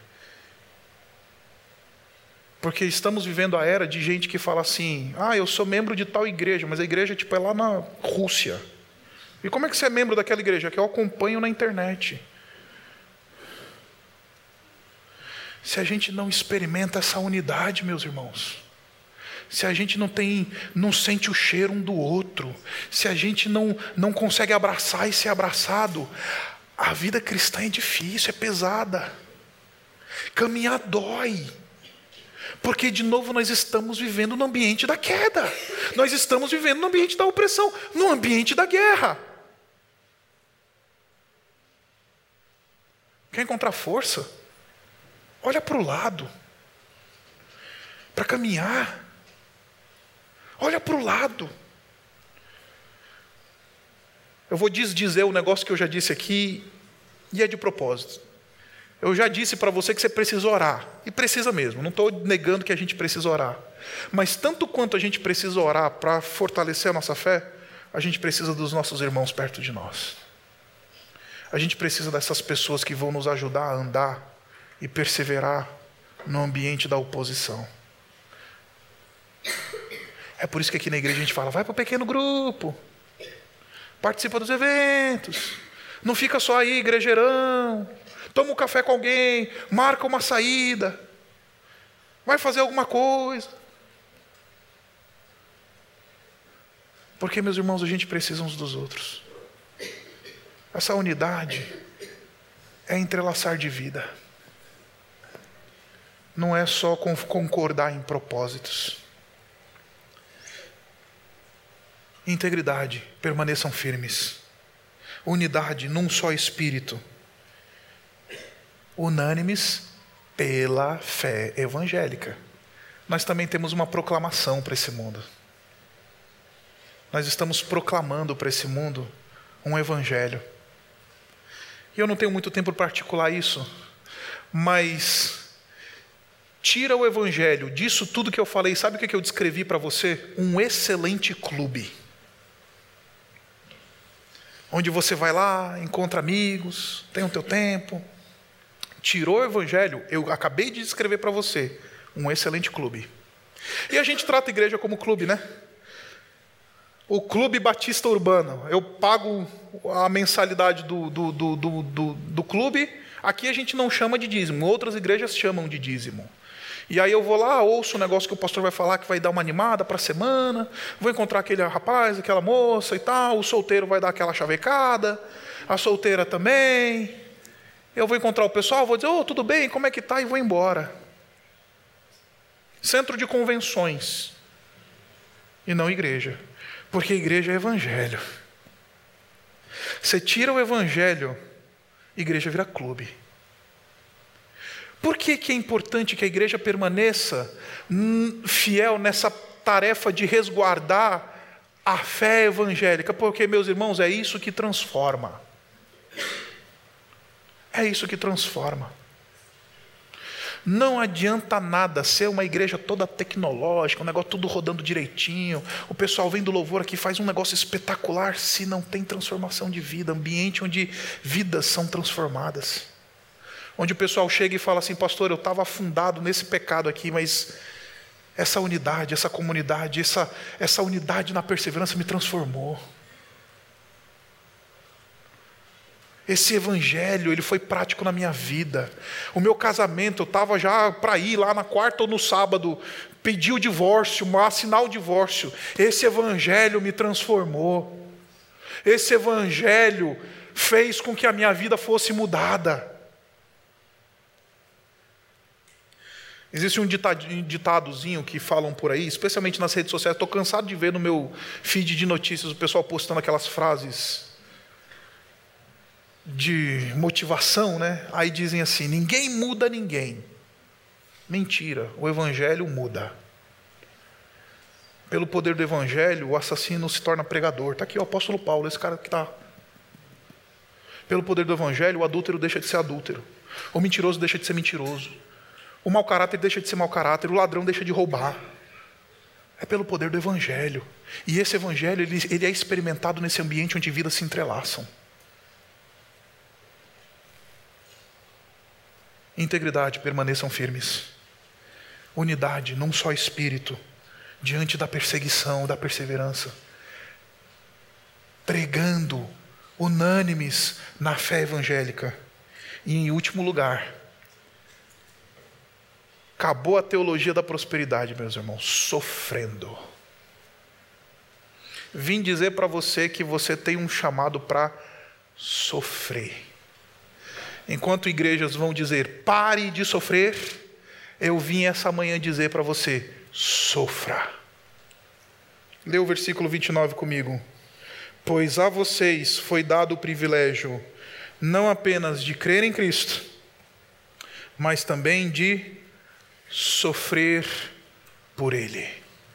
Porque estamos vivendo a era de gente que fala assim, eu sou membro de tal igreja, mas a igreja é lá na Rússia. E como é que você é membro daquela igreja? Que eu acompanho na internet. Se a gente não experimenta essa unidade, meus irmãos, se a gente não sente o cheiro um do outro, se a gente não consegue abraçar e ser abraçado, a vida cristã é difícil, é pesada. Caminhar dói. Porque, de novo, nós estamos vivendo no ambiente da queda. Nós estamos vivendo no ambiente da opressão, no ambiente da guerra. Quer encontrar força? Olha para o lado. Para caminhar. Olha para o lado. Eu vou dizer o negócio que eu já disse aqui, e é de propósito. Eu já disse para você que você precisa orar. E precisa mesmo, não estou negando que a gente precisa orar. Mas tanto quanto a gente precisa orar para fortalecer a nossa fé, a gente precisa dos nossos irmãos perto de nós. A gente precisa dessas pessoas que vão nos ajudar a andar e perseverar no ambiente da oposição. É por isso que aqui na igreja a gente fala, vai para o pequeno grupo, participa dos eventos, não fica só aí, igrejeirão, toma um café com alguém, marca uma saída, vai fazer alguma coisa. Porque, meus irmãos, a gente precisa uns dos outros. Essa unidade é entrelaçar de vida. Não é só concordar em propósitos. Integridade, permaneçam firmes. Unidade num só espírito. Unânimes pela fé evangélica. Nós também temos uma proclamação para esse mundo. Nós estamos proclamando para esse mundo um evangelho. E eu não tenho muito tempo para articular isso, mas tira o evangelho disso tudo que eu falei. Sabe o que eu descrevi para você? Um excelente clube. Onde você vai lá, encontra amigos, tem o teu tempo. Tirou o evangelho, eu acabei de descrever para você, um excelente clube. E a gente trata a igreja como clube, né? O Clube Batista Urbano, eu pago a mensalidade do clube, aqui a gente não chama de dízimo, outras igrejas chamam de dízimo. E aí eu vou lá, ouço o negócio que o pastor vai falar, que vai dar uma animada para a semana, vou encontrar aquele rapaz, aquela moça e tal, o solteiro vai dar aquela chavecada, a solteira também. Eu vou encontrar o pessoal, vou dizer, tudo bem, como é que tá? E vou embora. Centro de convenções, e não igreja. Porque a igreja é evangelho. Você tira o evangelho, a igreja vira clube. Por que é importante que a igreja permaneça fiel nessa tarefa de resguardar a fé evangélica? Porque, meus irmãos, é isso que transforma. É isso que transforma. Não adianta nada ser uma igreja toda tecnológica, um negócio tudo rodando direitinho, o pessoal vem do louvor aqui, faz um negócio espetacular, se não tem transformação de vida, ambiente onde vidas são transformadas. Onde o pessoal chega e fala assim, pastor, eu estava afundado nesse pecado aqui, mas essa unidade, essa comunidade, essa unidade na perseverança me transformou. Esse evangelho, ele foi prático na minha vida. O meu casamento, eu estava já para ir lá na quarta ou no sábado, pedir o divórcio, assinar o divórcio. Esse evangelho me transformou. Esse evangelho fez com que a minha vida fosse mudada. Existe um ditadozinho que falam por aí, especialmente nas redes sociais. Estou cansado de ver no meu feed de notícias o pessoal postando aquelas frases de motivação, né? Aí dizem assim, ninguém muda ninguém. Mentira, o evangelho muda. Pelo poder do evangelho, o assassino se torna pregador. Está aqui o apóstolo Paulo, esse cara que está. Pelo poder do evangelho, o adúltero deixa de ser adúltero. O mentiroso deixa de ser mentiroso. O mau caráter deixa de ser mau caráter. O ladrão deixa de roubar. É pelo poder do evangelho. E esse evangelho, ele é experimentado nesse ambiente onde vidas se entrelaçam. Integridade, permaneçam firmes. Unidade, num só espírito, diante da perseguição, da perseverança. Pregando, unânimes na fé evangélica. E em último lugar, acabou a teologia da prosperidade, meus irmãos, sofrendo. Vim dizer para você que você tem um chamado para sofrer. Enquanto igrejas vão dizer, pare de sofrer, eu vim essa manhã dizer para você, sofra. Lê o versículo 29 comigo. Pois a vocês foi dado o privilégio, não apenas de crer em Cristo, mas também de sofrer por Ele.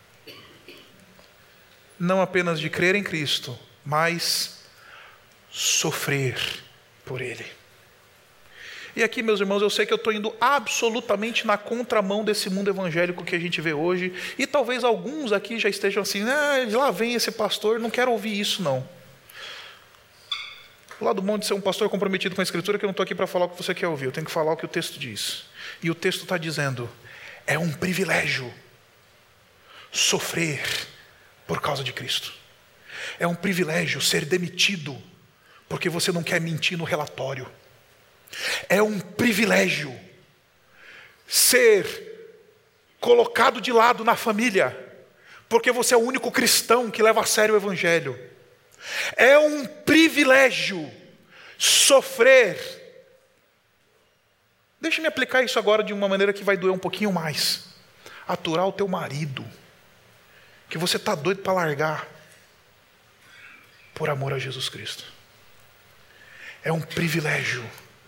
Não apenas de crer em Cristo, mas sofrer por Ele. E aqui, meus irmãos, eu sei que eu estou indo absolutamente na contramão desse mundo evangélico que a gente vê hoje. E talvez alguns aqui já estejam assim, lá vem esse pastor, não quero ouvir isso não. O lado bom de ser um pastor comprometido com a Escritura é que eu não estou aqui para falar o que você quer ouvir, eu tenho que falar o que o texto diz. E o texto está dizendo, é um privilégio sofrer por causa de Cristo. É um privilégio ser demitido porque você não quer mentir no relatório. É um privilégio ser colocado de lado na família porque você é o único cristão que leva a sério o Evangelho. É um privilégio sofrer. Deixa-me aplicar isso agora de uma maneira que vai doer um pouquinho mais. Aturar o teu marido, que você está doido para largar, por amor a Jesus Cristo. É um privilégio.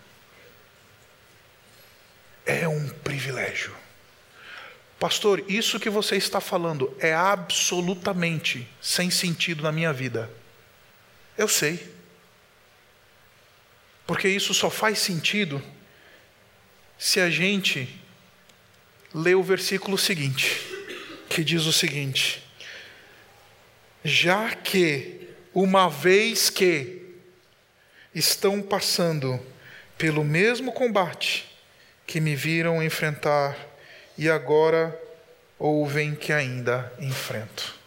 É um privilégio. Pastor, isso que você está falando é absolutamente sem sentido na minha vida. Eu sei. Porque isso só faz sentido se a gente lê o versículo seguinte, que diz o seguinte: já que, uma vez que estão passando pelo mesmo combate que me viram enfrentar e agora ouvem que ainda enfrento.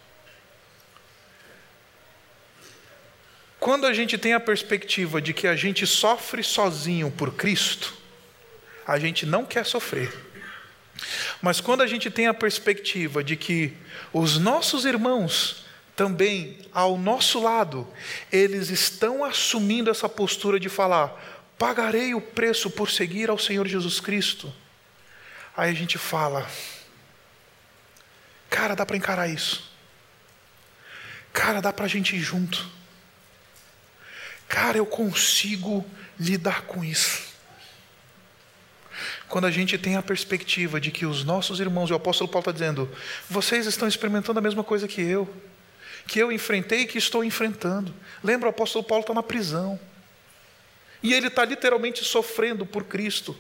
Quando a gente tem a perspectiva de que a gente sofre sozinho por Cristo, a gente não quer sofrer. Mas quando a gente tem a perspectiva de que os nossos irmãos também ao nosso lado, eles estão assumindo essa postura de falar, pagarei o preço por seguir ao Senhor Jesus Cristo. Aí a gente fala, cara, dá para encarar isso. Cara, dá para a gente ir junto. Cara, eu consigo lidar com isso. Quando a gente tem a perspectiva de que os nossos irmãos, e o apóstolo Paulo está dizendo, vocês estão experimentando a mesma coisa que eu enfrentei e que estou enfrentando. Lembra, o apóstolo Paulo está na prisão. E ele está literalmente sofrendo por Cristo.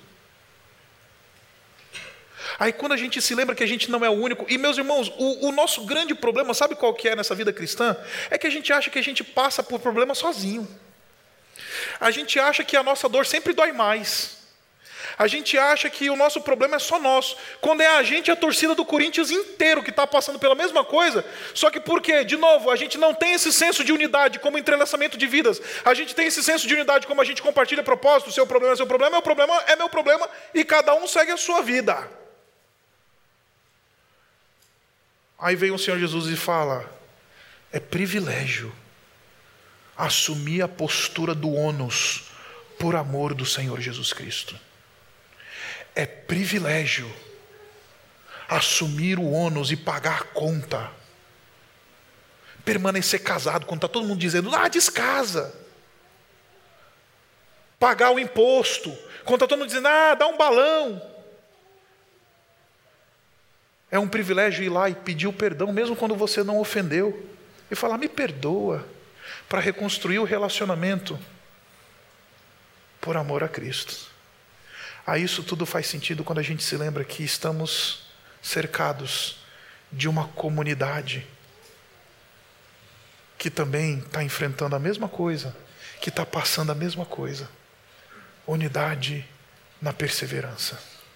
Aí quando a gente se lembra que a gente não é o único, e meus irmãos, o nosso grande problema, sabe qual que é nessa vida cristã? É que a gente acha que a gente passa por problema sozinho. A gente acha que a nossa dor sempre dói mais. A gente acha que o nosso problema é só nosso, quando é a gente e a torcida do Corinthians inteiro que está passando pela mesma coisa, só que por quê? De novo, a gente não tem esse senso de unidade como entrelaçamento de vidas, a gente tem esse senso de unidade como a gente compartilha propósito, seu problema é seu problema, meu problema é meu problema, e cada um segue a sua vida. Aí vem o Senhor Jesus e fala, é privilégio assumir a postura do ônus por amor do Senhor Jesus Cristo. É privilégio assumir o ônus e pagar a conta. Permanecer casado quando está todo mundo dizendo, descasa. Pagar o imposto quando está todo mundo dizendo, dá um balão. É um privilégio ir lá e pedir o perdão, mesmo quando você não ofendeu. E falar, me perdoa, para reconstruir o relacionamento por amor a Cristo. Aí isso tudo faz sentido quando a gente se lembra que estamos cercados de uma comunidade que também está enfrentando a mesma coisa, que está passando a mesma coisa. Unidade na perseverança.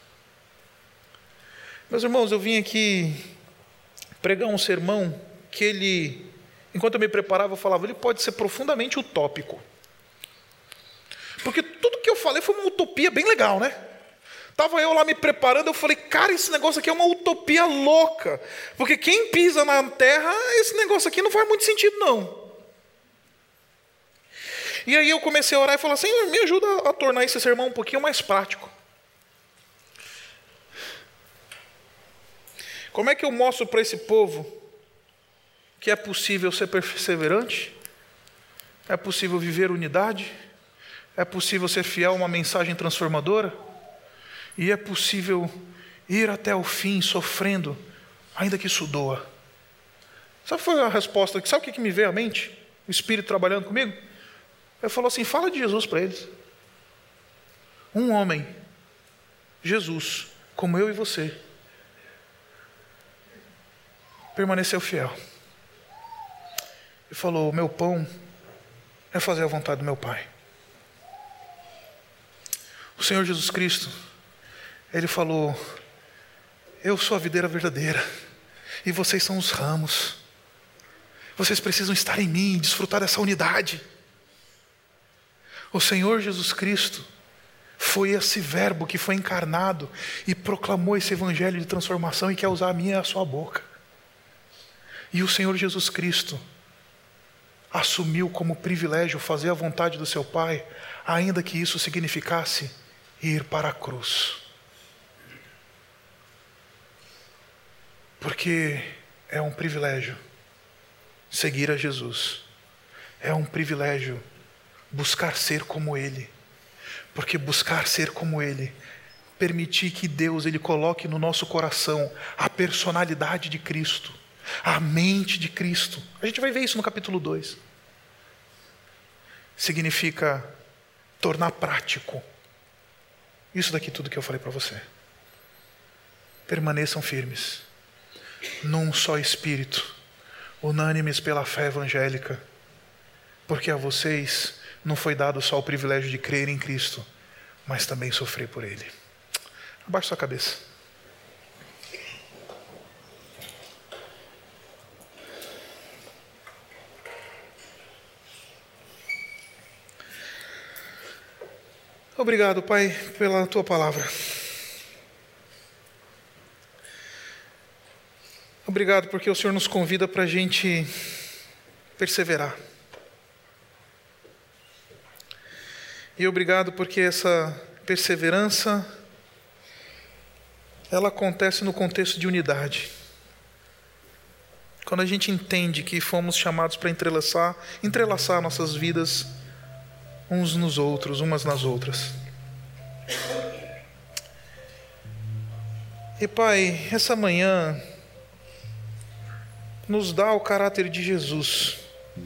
Meus irmãos, eu vim aqui pregar um sermão que ele, enquanto eu me preparava, eu falava, ele pode ser profundamente utópico. Porque tudo que eu falei foi uma utopia bem legal, né? Estava eu lá me preparando, eu falei, cara, esse negócio aqui é uma utopia louca. Porque quem pisa na terra, esse negócio aqui não faz muito sentido, não. E aí eu comecei a orar e falar, Senhor, me ajuda a tornar esse sermão um pouquinho mais prático. Como é que eu mostro para esse povo que é possível ser perseverante? É possível viver unidade? É possível ser fiel a uma mensagem transformadora? E é possível ir até o fim sofrendo, ainda que isso doa. Sabe qual foi a resposta? Sabe o que me veio à mente? O Espírito trabalhando comigo? Ele falou assim, fala de Jesus para eles. Um homem, Jesus, como eu e você, permaneceu fiel. Ele falou, o meu pão é fazer a vontade do meu Pai. O Senhor Jesus Cristo, Ele falou: eu sou a videira verdadeira e vocês são os ramos. Vocês precisam estar em mim, desfrutar dessa unidade. O Senhor Jesus Cristo foi esse verbo que foi encarnado e proclamou esse evangelho de transformação e quer usar a minha e a sua boca. E o Senhor Jesus Cristo assumiu como privilégio fazer a vontade do seu Pai, ainda que isso significasse ir para a cruz. Porque é um privilégio seguir a Jesus. É um privilégio buscar ser como Ele. Porque buscar ser como Ele, permitir que Deus Ele coloque no nosso coração a personalidade de Cristo, a mente de Cristo. A gente vai ver isso no capítulo 2. Significa tornar prático isso daqui tudo que eu falei para você. Permaneçam firmes num só espírito, unânimes pela fé evangélica, porque a vocês não foi dado só o privilégio de crer em Cristo, mas também sofrer por Ele. Abaixe sua cabeça. Obrigado, Pai, pela Tua palavra. Obrigado porque o Senhor nos convida para a gente perseverar. E obrigado porque essa perseverança, ela acontece no contexto de unidade. Quando a gente entende que fomos chamados para entrelaçar nossas vidas uns nos outros, umas nas outras. E Pai, essa manhã nos dá o caráter de Jesus,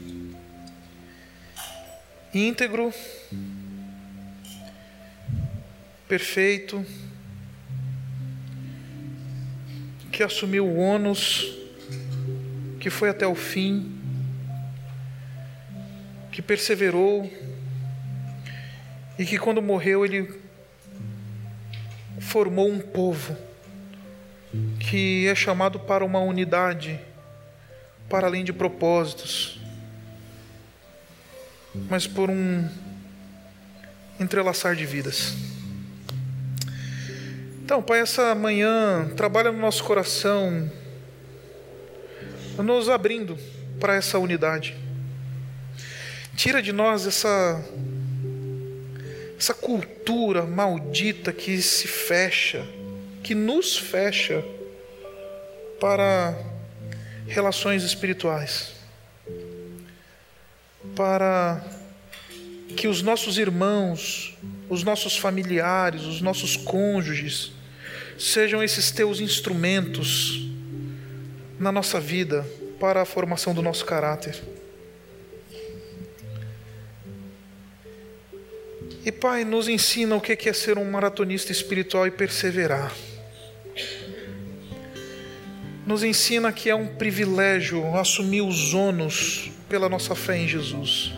íntegro, perfeito, que assumiu o ônus, que foi até o fim, que perseverou e que quando morreu Ele formou um povo que é chamado para uma unidade, para além de propósitos, mas por um entrelaçar de vidas. Então, Pai, essa manhã trabalha no nosso coração, nos abrindo para essa unidade. Tira de nós essa cultura maldita que se fecha, que nos fecha para relações espirituais, para que os nossos irmãos, os nossos familiares, os nossos cônjuges sejam esses teus instrumentos na nossa vida para a formação do nosso caráter. E Pai, nos ensina o que é ser um maratonista espiritual e perseverar. Nos ensina que é um privilégio assumir os ônus pela nossa fé em Jesus.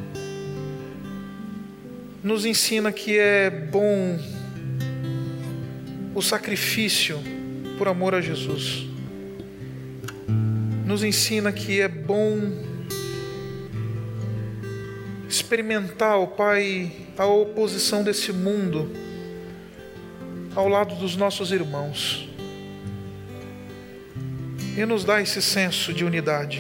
Nos ensina que é bom o sacrifício por amor a Jesus. Nos ensina que é bom experimentar, ó Pai, a oposição desse mundo ao lado dos nossos irmãos. E nos dá esse senso de unidade.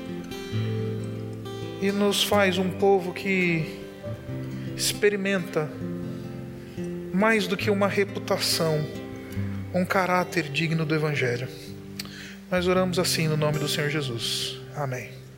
E nos faz um povo que experimenta mais do que uma reputação, um caráter digno do Evangelho. Nós oramos assim no nome do Senhor Jesus. Amém.